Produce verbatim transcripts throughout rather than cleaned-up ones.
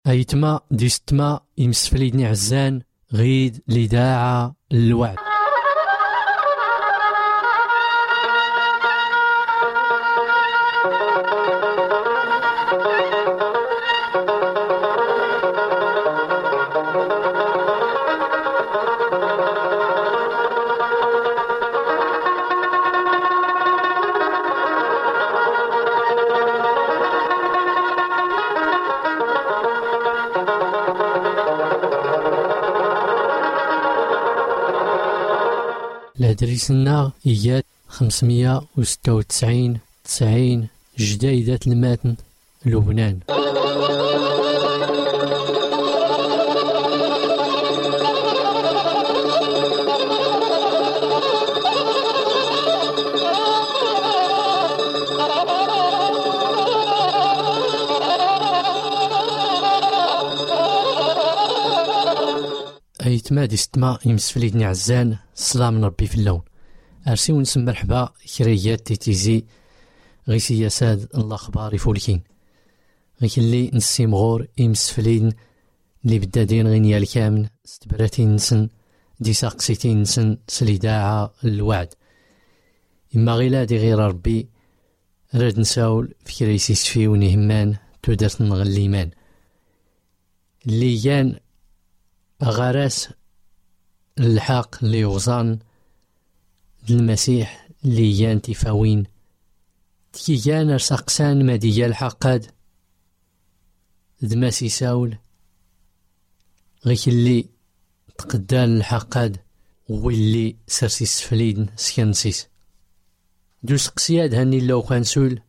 أيتما ديستما يمسفليدني عزان غيد لداعة الوعد. الهدريسنا إيات خمسمية وستة وتسعين تسعين جديدة الماتن لبنان. أيتما ديستما يمسفليدني عزان السلام من ربي في اللون. أرسي ونسم مرحبا كريات تيتيزي غي سياساد الله خبار يفولكين غي اللي نسي مغور يمسفليدن اللي بدادين غينيا الكامن ستبراتين نسن دي ساقسيتين نسن سليداعة الوعد. إما غيلا دي غير ربي راد نساول في كريسي سفي ونهمان تودرت نغليمان اللي يان أغارس الحق اللي يغزان المسيح اللي يان تفاوين تيجان أرساقسان مديا الحقاد دماسي ساول غيك اللي تقدان الحقاد واللي سرسي سفليدن سكنسيس دوس قسياد هاني لو كان سول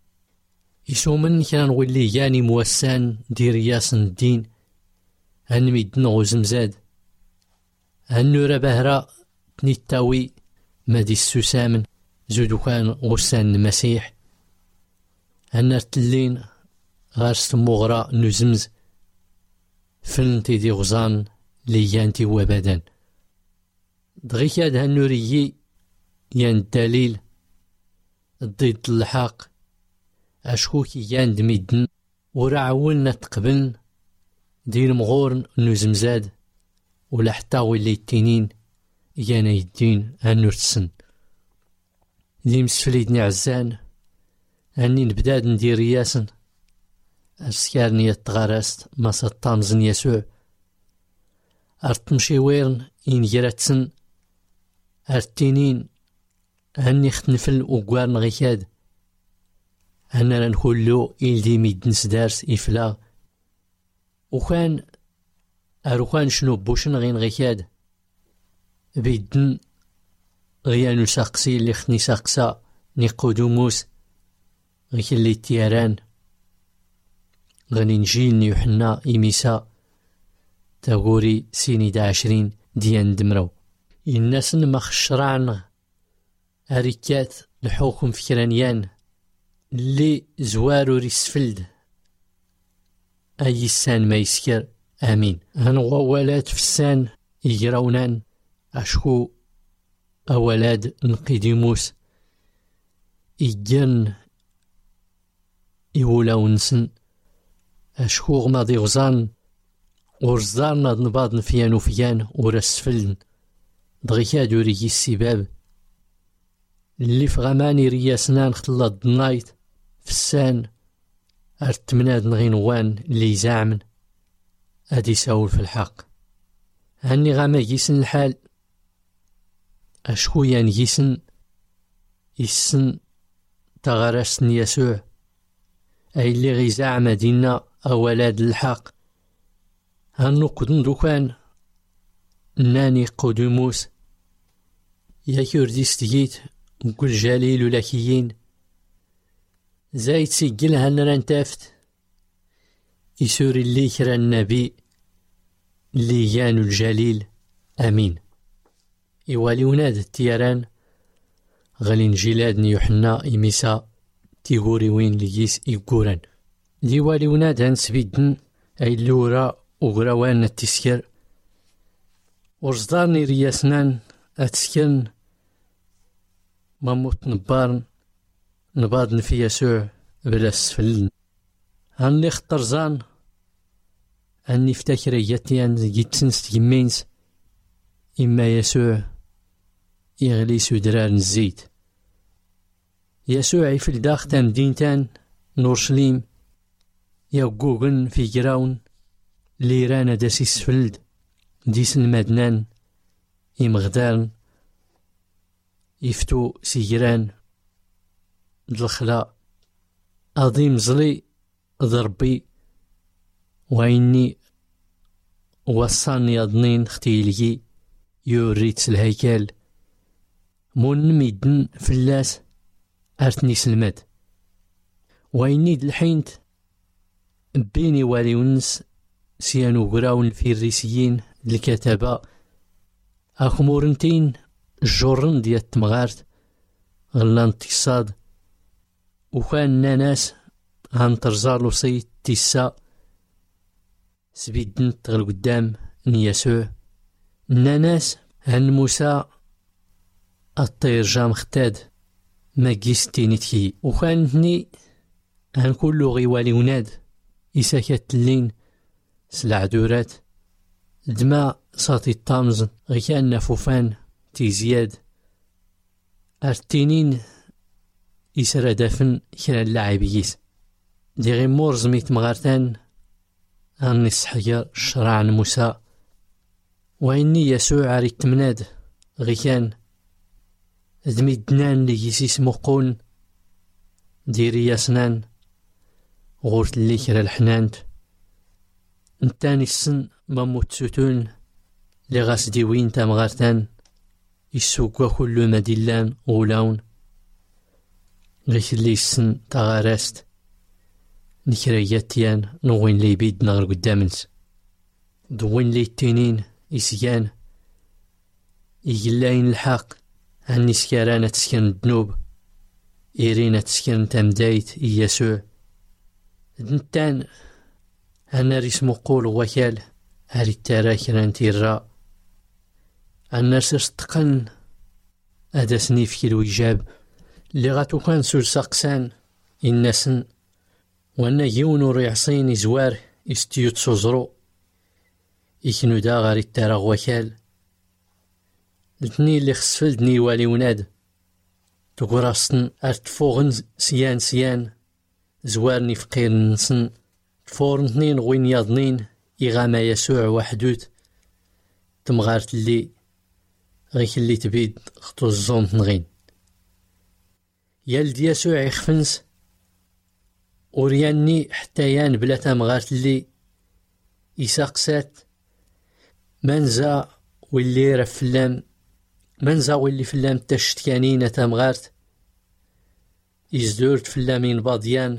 يسومن كان واللي ياني موسان دي رياس الدين هنميدن غوزمزاد هنورا بهرا تنيتاوي مادي السوسامن زودو كان غسان المسيح هنرتلين غارست مغرا نزمز فلنتي دي غزان ليانتي وبدان دغيكاد هنوريي يان الدليل ضد الحق أشكوكي يان دميدن ورعولنا تقبلن دين مغورن نزمزاد ولا حتى ويلي التنين يانا يدين هنرتسن دي مسفليدني عزان هني نبداد ندير ياسن أسكارني التغارست ما سطامزن يسوع أرتمشي ويرن إن جراتسن أرتينين هني ختنفل وقوارن غيكاد هنا نقولو إلدي ميدن سدارس إفلا وكان أروكان شنو بوشن غين غيكاد بيدن غيانو ساقسي اللي خني ساقسا نيقودوموس غيك اللي تياران غني نجيل نيوحنا إميسا تاغوري سيني دا عشرين ديان دمرو الناس نمخشران هريكات الحكم فكرانيان اللي زوارو ريسفلد أي السان ما يسكر آمين. هنغوالات في السان يجراونان أشكو أولاد نقيديموس إيجان إيولاونسن أشكو غماضي غزان ورزارنا نباض نفيان وفيان ورسفلن دغيكا دوريكي السباب اللي في غماني رياسنا نختلط دنايت في السان أرتمناد نغينوان اللي زعمن أدي ساول في الحق هني غاما يسن الحال أشكو يان يسن يسن تغرسن يسوع أي اللي غي زعم دينا أولاد الحق هنو قدن دوكان ناني قدوموس يا كرديس تجيت وكل جليل ولاكيين زايد سجل هنران تافت يسوري اللي كرا النبي اللي يانو الجليل آمين. إيوالي وناد التياران غالين جيلاد نيوحنا إميسا تيغوري وين ليس إيقوران ديوالي وناد هنسبيدن أي اللورا وغراوان التسكر ورزدارني رياسنان أتسكن ماموت نبارن نباضن في يسوع بلا سفلن هنلي خطرزان أني افتكر يتيان جيتسنس تجمينس إما يسوع يغلي سدرار الزيت يسوع في الداخل تمدينتان نورشليم يوغوغن في جراون ليرانا داسي سفلد ديس المدنان يمغدان يفتو سيجران الخلاء عظيم زلي ضربي وإني وصاني أضنين ختيلي يوريت الهيكل مون ميدن فلاس أرتني سلمد وإني دلحينت بيني والي ونس سيانو قراون في الريسيين الكتابة أخمورنتين الجورن ديال التمغارت غلان تصاد وكان ناس عن ترزار لصيت تيسا سبيدن تغل قدام نيسوع ناس هن موسى الطير جام ختاد ما جيستيني تكي وكانتني هن كلو غيوالي وناد إساكت اللين سلع دورات دما ساطي الطامز غيكان نفوفان تيزياد أرتينين يسرى دافن كرا اللاعبيس دي غي مورز ميت مغارتان أني الصحية شرع موسى وإني يسوع عري التمناد غيكان دمي الدنان لي يسيس مقون ديري ياسنان غورت اللي كرا الحنانت نتاني السن ماموت سوتون لي غاس ديوين تامغارتان يسوقوا كل مدلان غولاون غيش اللي السن تغارست نكرياتيان نوين لي بيد نغر قدامنس دوين لي التنين إسيان إيلاين الحق هني سكارانا تسكن الذنوب إيرينا تسكن تمدايت يسوع دنتان أنا رسمو قول وكال هاري التراكران تيرا أنا سرستقن أدا سنيف كيلو إجاب اللي غاتو كان سول ساقسان إنسن وانا يونو ريعصين زوار استيوت سوزرو إكنو دا غاري التراغ وكال لتني اللي خسفلدني والي وناد تقراصن أرتفوغن سيان سيان زوارني فقير نسن تفورن تنين غوين ياضنين إغاما يسوع وحدوت تمغارت اللي غيك اللي تبيد خطو الزوم تنغين يالد يسوع يخفنس ورياني حتى يان بلا تمغارت اللي يساقسات منزا واللي رفلام منزا واللي فلام تشتكانين تمغارت يزدورت فلامين باضيان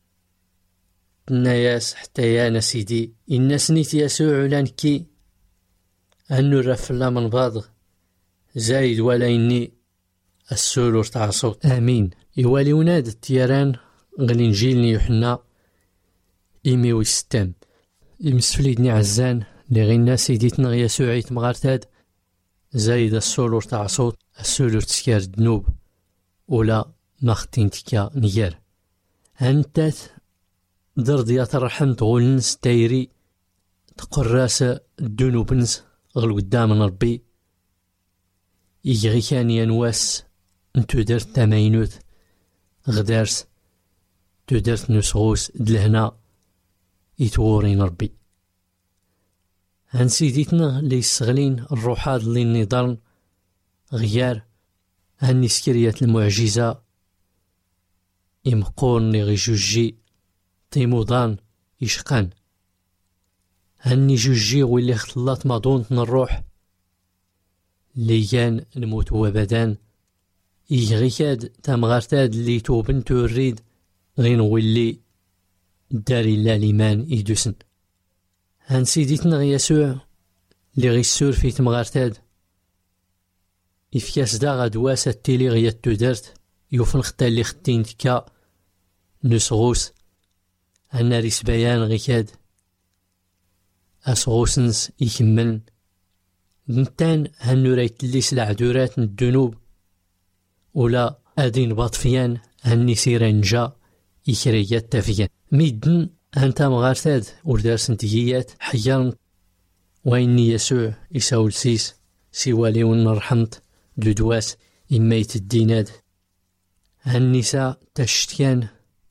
الناس حتى يا سيدي الناس نيت يسوع لانكي أنو رفلا من بعض زايد ولا إني السولور تاع صوت آمين يوالي وناد التيران غلي نجيلني يوحنا إيمي ويستم يمسفليدني عزان لي غي الناس سيديتنا يسوع يتمغارتاد زايد السولور تاع صوت السولور تسكار الذنوب ولا مختين تكا نيار هانتات درد يا ترحم تغولنس تايري تقراس الذنوبنس غل قدام ربي يجري كان ينواس انتو درت تماينوت غدارس تو درت نسغوس دلهنا يتورين ربي هان سيديتنا اللي يسغلين الروحات اللي النضال غيار هان نسكريات المعجزة يمقون لي غيجوجي تيموضان يشقان هاني جوجي واللي خطلات ماضونت الروح ليان نموت وبدان يغيكاد تامغارتاد اللي توبن توريد غين واللي داري لا ليمان يدوسن هان سيديتنا يسوع اللي غيسور في تمغارتاد يفكاس دا غدواسة تيلي غيات تودرت يوفن خطا اللي ختين تكا نسغوس هانا ريس بيان غيكاد أسغوسنس يكمل نتان هانو رايت اللي سلعدورات الذنوب ولا أدين باطفيان هاني سيران جا يكريات تافيان ميدن أنت مغارتاد وردارس نتيجيات حيان وإني يسوع يساول سيس سوالي ونرحمت دودواس إميت الديناد النساء تشتيان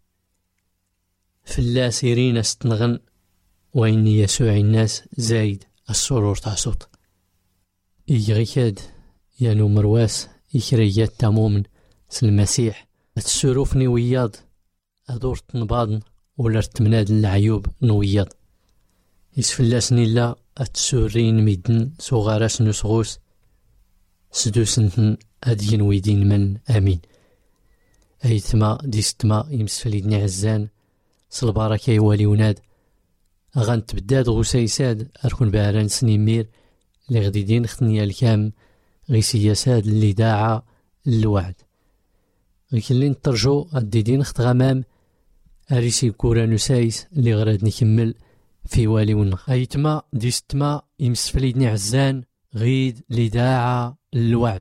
فلا سيرين استنغن وإني يسوع الناس زايد السرور تعصوت إيغيكاد يانو مرواس إكريات تامومن سلمسيح السروف نوياض أدور تنباضن ولا تمناد العيوب نوياض يسفلاس نيلا أتسورين ميدن صغاراس نسغوس سدوسنتن أدين ويدين من أمين أيتما ديستما يمسفليدن عزان سلباركا يوالي وناد أغان تبداد غسيساد أركن باران سنيمير اللي غديدين ختنيا الكام غي سياساد اللي داعا الوعد غيكلين نترجو الديدين خت غمام أريسي كورا نسايس اللي غراد نكمل في والي ونخ أيتما ديستما يمسفليدني عزان غيد اللي داعا الوعد.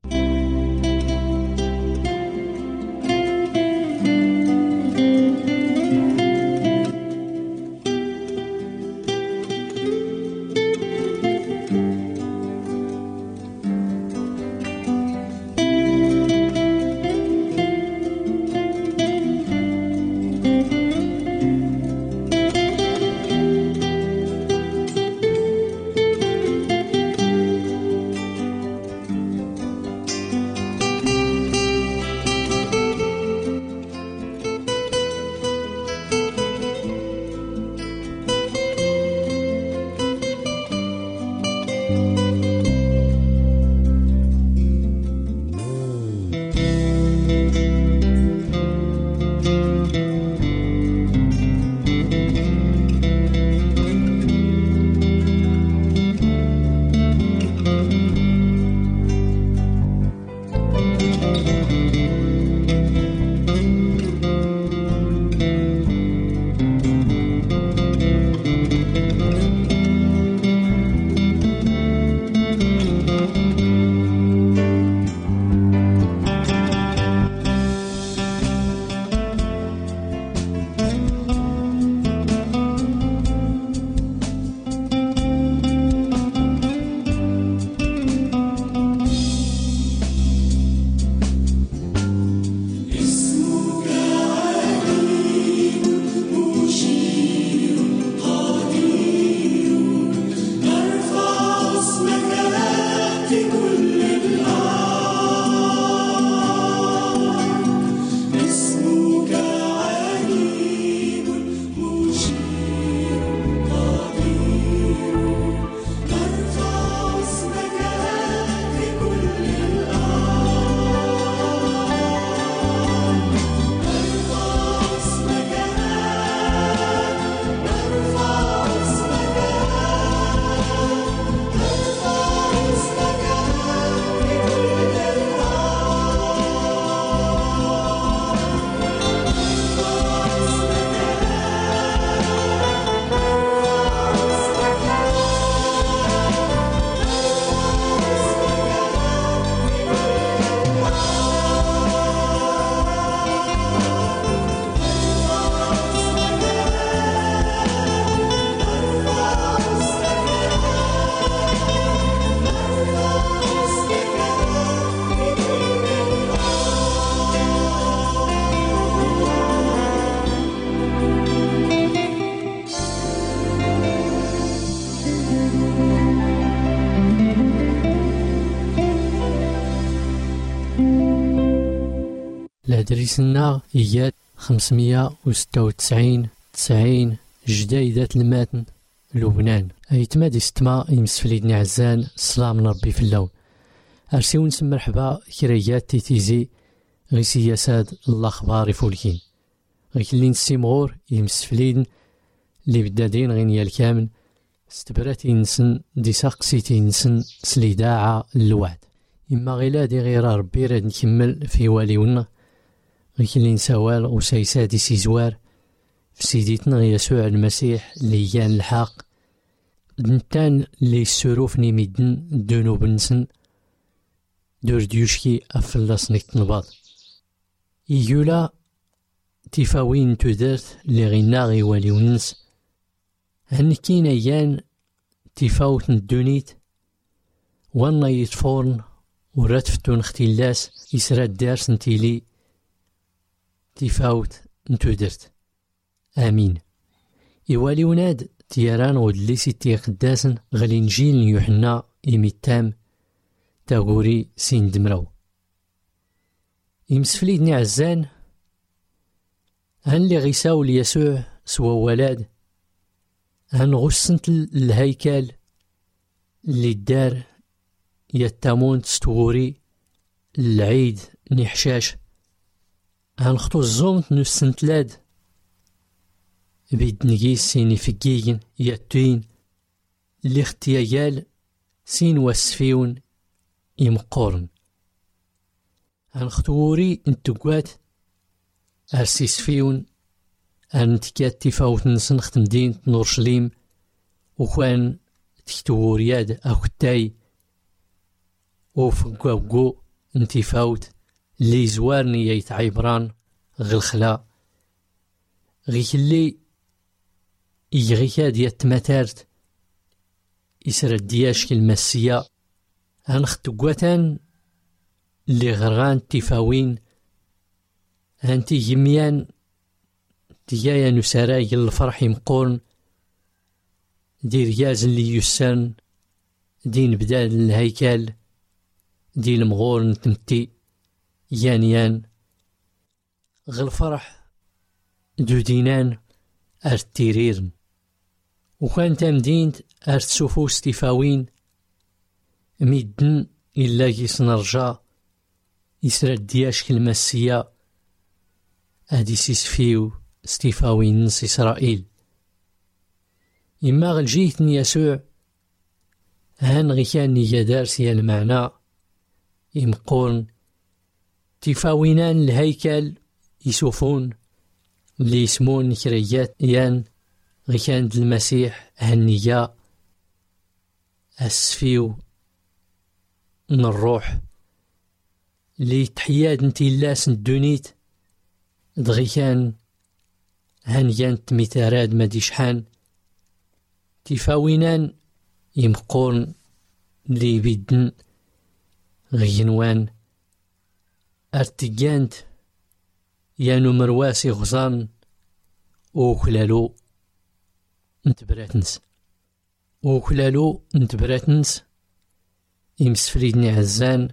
الهدريسنا إيات خمسمية وستة وتسعين تسعين جدايدة الماتن لبنان. أيتما دي ستما يمسفليدني عزان السلام من ربي في اللون. أرسيو نسم مرحبا كريات تيتيزي غي سياساد الله خبار يفولكين غي اللي نسيمغور يمسفليدن اللي بدادين غينيا الكامل استبراتي نسن دي ساقسيتي نسن سليداعة الوعد. إما غيلا دي غير ربي راد نكمل في واليونا غي اللي نسوال وسيسادي سيزوار في سيديتنا يسوع المسيح اللي كان الحق دنتان اللي السروفني ميدن دونو بنسن دور ديوشكي أفلاس نكتنباط إيولا تفاوين تدرت اللي غينا غي واليونس هنكين أيان تفاوت ندونيت وانا يتفورن ورات فتون اختلاس يسرى دارس نتيلي تفاوت نتو درت. آمين. إوالي وناد تيران ودلي ستي قداسن غلي نجيل يوحنا إميتام تاغوري سين دمرو. يمسفليدني عزان هن لي غيساو ليسوع سوا ولاد هن غسنت الهيكل اللي دار يتامون تستغوري العيد نحشاش هن خطو الزومت نسنتلاد بيد نجيس سيني فقيين ياتوين اللي اختياجال سين واسفيون يمقورن هن خطوري انتقوات أرسيس فيون أنتكات تفاوت نسن ختم دين نورشليم وكوان تكتورياد أو كتاي وفقوقو انتفاوت اللي زوارني يتعيبران غالخلا غيك اللي يغيكاد يتمتارت يسرد دياش كالمسيا هنختقواتان اللي غرغان تفاوين هانتي جميان تيايا نساراي الفرح مقورن دي رياز اللي يسان دين بدال الهيكل دي المغورن تمتي يان يان غل فرح دو دينان ارتيريرن وكان تمدينت ارتسوفو ستيفاوين ميدن إلا يسنرجا يسرد دياش كالمسيا هادي سيسفيو ستيفاوي نص إسرائيل إما غلجيتن يسوع هان غيكان نيجادار سيا المعنى يمقورن تفاوينان الهيكل يسوفون اللي يسمون كريات يان غيكان المسيح هنية السفيو من الروح اللي تحياد نتي اللاس ندونيت دغي كان هانيان تميتاراد مادي شحان تفاوينان يمقورن لي بيدن غينوان ارتقانت يانو مرواسي غزان وكلالو نتبراتنس وكلالو نتبراتنس يمسفريدني عزان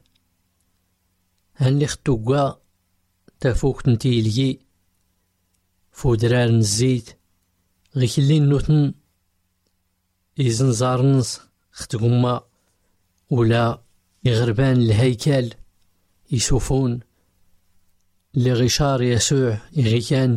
هان لي خطوقا تافوك نتيلي فودرار نزيت غيكلي نوتن يزنزارنس ختقما ولا يغربان الهيكل يشوفون لغشار يسوع يغيكان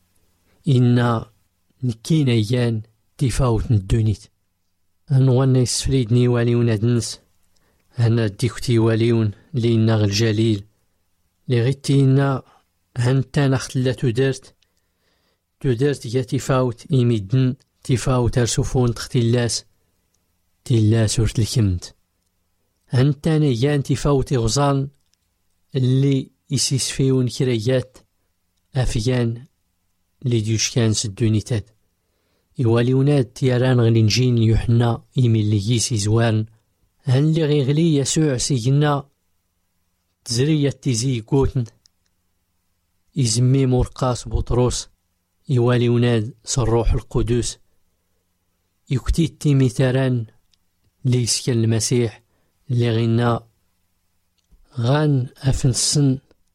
إنا نكين أيان تفاوت ندونيت أنوانا يسفريدني واليون أدنس أنا ديكتي واليون لينا غالجليل لغيتينا هانتان أختلا تدرت تدرت يا تفاوت إيميدن تفاوت أرسوفون تختلاس تلاس ورت الكمت هانتان أيان تفاوت غزان اللي يسيسفيون كريات أفيان اللي ديوشكان سدونيتات يواليونات تياران غلينجين يوحنا إيمي اللي يسي زوان هن اللي غيغلي يسوع سيجنا تزرية تيزي قوتن يزمي مرقاس بطروس يواليونات صروح القدوس يكتي تيميتاران اللي يسكن المسيح اللي غينا غان أفنسن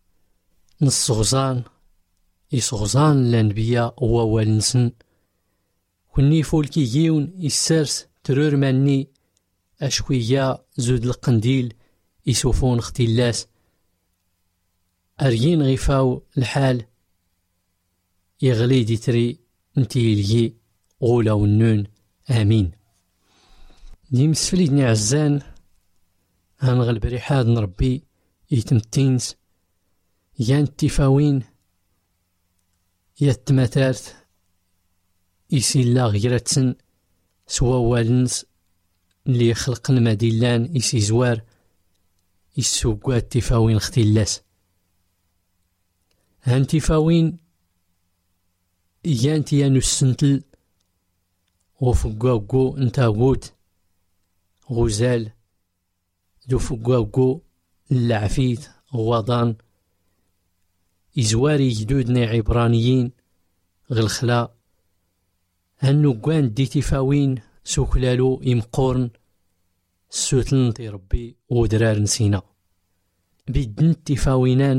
نص غزان يصغزان الأنبياء ووالنسن كني فولكي جيون يسرس ترور مني أشوية زود القنديل يسوفون اختلاس أريين غيفاو الحال يغلي ديتري نتيلي غولا والنون آمين. نيمسفليدني عزان هنغلب ريحاد نربي يتمتينس يان تفاوين يتمتارت يسيلا غيرتسن سوا والنس اللي يخلقن مديلان يسي زوار يسوقات تفاوين اختلاس هان تفاوين يان تيانو السنتل وفقاقو انتاغوت غزال دو فقاقو العفيت غوضان إزواري جدودنا عبرانيين غلخلا هنو قوان دي تفاوين سوكلالو إمقورن سوتلن تي ربي ودرار نسينا بيدن تفاوينان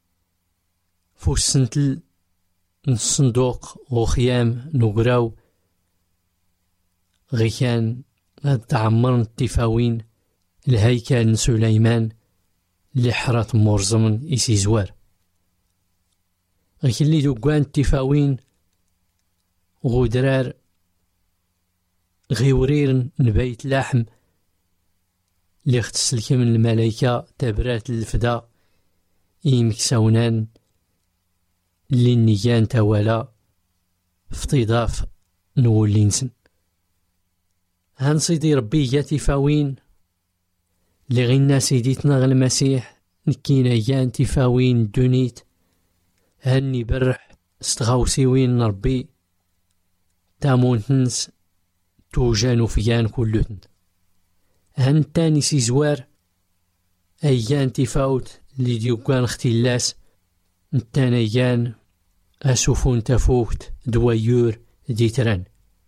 فوسنتل الصندوق وخيام نقراو غيكان هاد تعمرن التفاوين الهيكل سليمان لحرة مرزمن إسي زوار غيكن لي دوقوان التفاوين غدرار غيوريرن نبيت لاحم اللي اختسلك من الملايكة تبرات الفدا إيمكساونان اللي النيجان تاوالا افتضاف نولي نسن هان سيدي ربي جا تفاوين اللي غينا سيديتنا غ المسيح نكينا يان تفاوين دونيت هاني برح استغاوسيوين ربي تامونتنس توجانو فيان كلهن هان تاني سيزوار ايان تفاوت اللي ديوكان اختلاس نتانيان اسوفون تفوت دوايور ديتران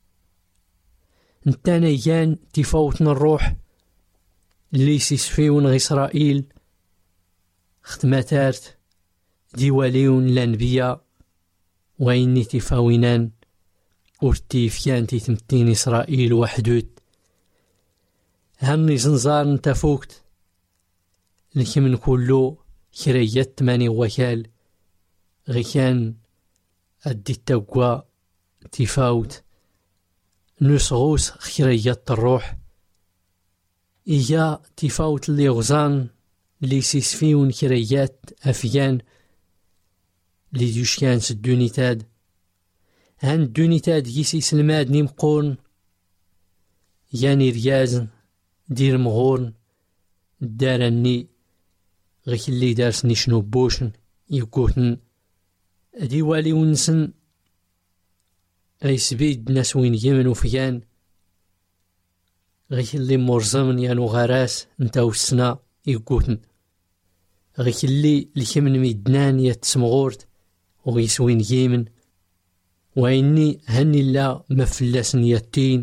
نتانيان تفاوتنا الروح اللي سيسفيون غ إسرائيل ختماتارت ديواليون لانبياء وإني تفاوينان ورتيفيان تيتمتين إسرائيل وحدود هاني زنزار نتفوكت لكي من كلو كريات ماني وكال غيكان أدي التقوى تفاوت نسغوس خريات الروح إيا تفاوت اللي غزان اللي سيسفيون كريات أفيان اللي ديوشكان سدونيتاد هان الدونيتاد يسي سلماد نيمقورن ياني ريازن دير مغورن دارني غيك اللي دارسني شنو بوشن يقوتن ديوالي ونسن أي سبيد ناس وين يمنو فيان غيك اللي مرزمن يانو غراس نتاو السنا يقوتن غيك اللي لكمن ميدنان يتسمغورت وغيسوين يمن وإني هني لا مفلسن يتين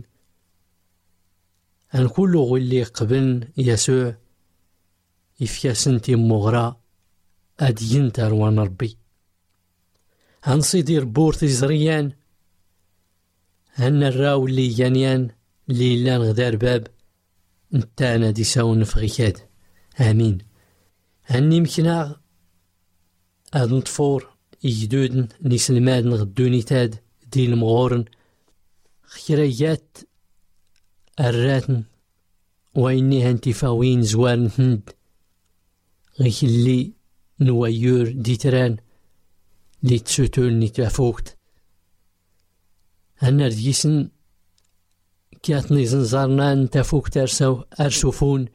هن كله غلي قبل يسوع إفياسنتي مغرى أدين تروان ربي هن صيدي ربورتي زريان هن الراو اللي يانيان اللي لان غدار باب نتانا دي ساون فغيكاد آمين هني مكنا هاد نطفور يجدودن نسلماد نغدوني تاد دي المغورن خيريات الراتن وإني هانتفاوين زوار هند غيك اللي نوايور ديتران لي تسوتول نتافوكت هنا رديسن كاتني زنزارنا نتافوكت أرسو أرسوفون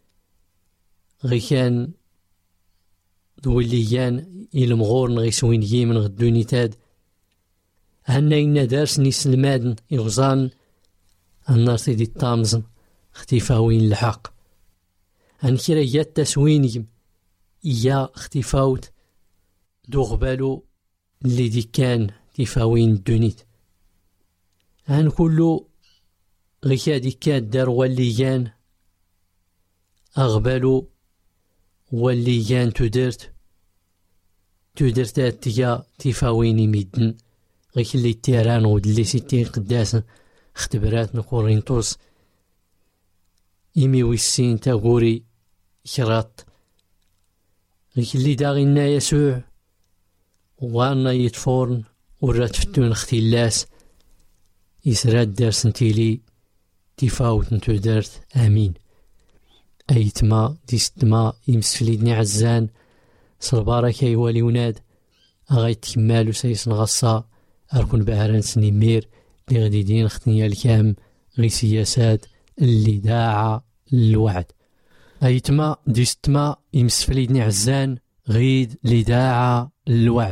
غيكان دوليان المغورن غيسوين يمن غدوني تاد هنا إنا دارس نسلمادن يغزان النار تيدي الطامزن اختفاوين الحق هن كريات تسوينيم إيا اختفاوت دوغبالو اللي دي كان تفاوين الدونيت هن كلو غيكادي كاد دار والليان أغبالو والليان تدرت تدرت أتيا تفاويني ميدن غيك اللي تيران ودلي ستين قداسن اختبرات نكورينتوس إيمي ويسين تاغوري كرات غيك اللي داغينا يسوع وانا يتفورن ورات فتون اختلاس يسراد دارس نتيلي تفاوت نتو دارت آمين أيتما ديستما يمسفليدني عزان صلبارك أيوالي وناد أغايت كمالو سيسن غصا أركن بهران سنيمير لي غدي دين ختنيا الكام غي سياسات اللي داعة للوعد أيتما ديستما يمسفليدني عزان غيد اللي داعة للوعد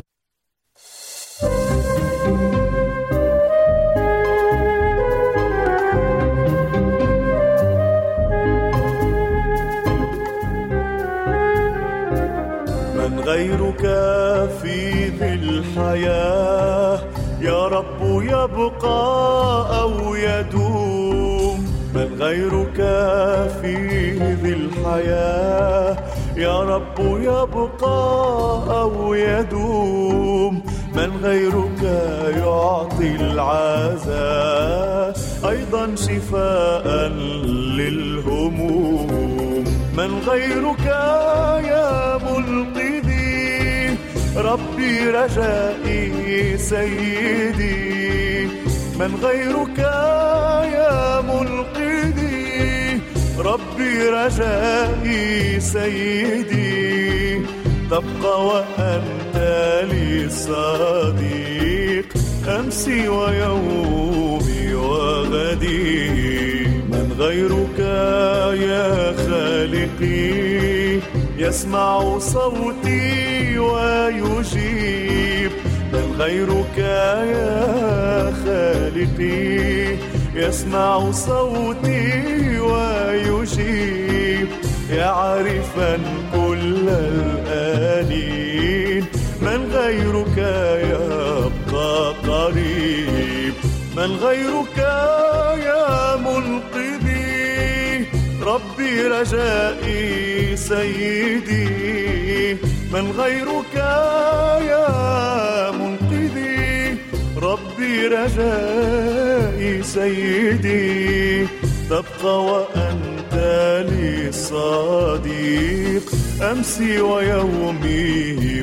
غيرك في ذي الحياة يا رب يبقى أو يدوم؟ من غيرك في ذي الحياة يا رب يبقى أو يدوم؟ من غيرك يعطي العزاء أيضا شفاء للهموم؟ من غيرك يا منقذي ربي رجائي سيدي؟ من غيرك يا منقذي ربي رجائي سيدي؟ تبقى وأنت لي صديق أمسي ويومي وغدي. من غيرك يا خالقي يسمع صوتي ويجيب؟ من غيرك يا خالقي يسمع صوتي ويجيب؟ يعرفا كل الآنين من غيرك يبقى قريب؟ من غيرك يا منقذي ربي رجائي سيدي؟ من غيرك يا منقذي ربي رجائي سيدي؟ تبقى وأنت لي صديق أمسي ويومي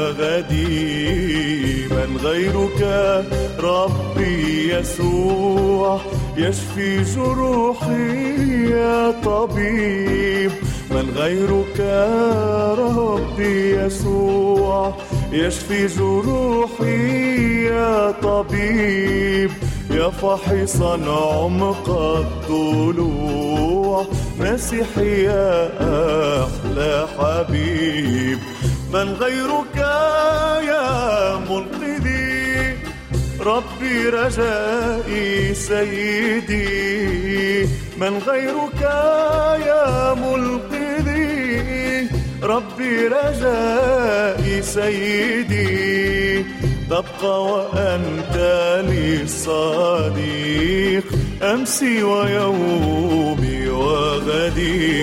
وغدي. من غيرك ربي يسوع يشفي جروحي يا طبيب؟ من غيرك ربي يسوع يشفي جروحي يا طبيب؟ يا فاحصا عمق الضلوع مسيحي يا أحلى حبيب. من غيرك يا منقذي ربي رجائي سيدي؟ من غيرك يا منقذي ربي رجائي سيدي؟ تبقى وأنت لي صديق أمسي ويومي وغدي.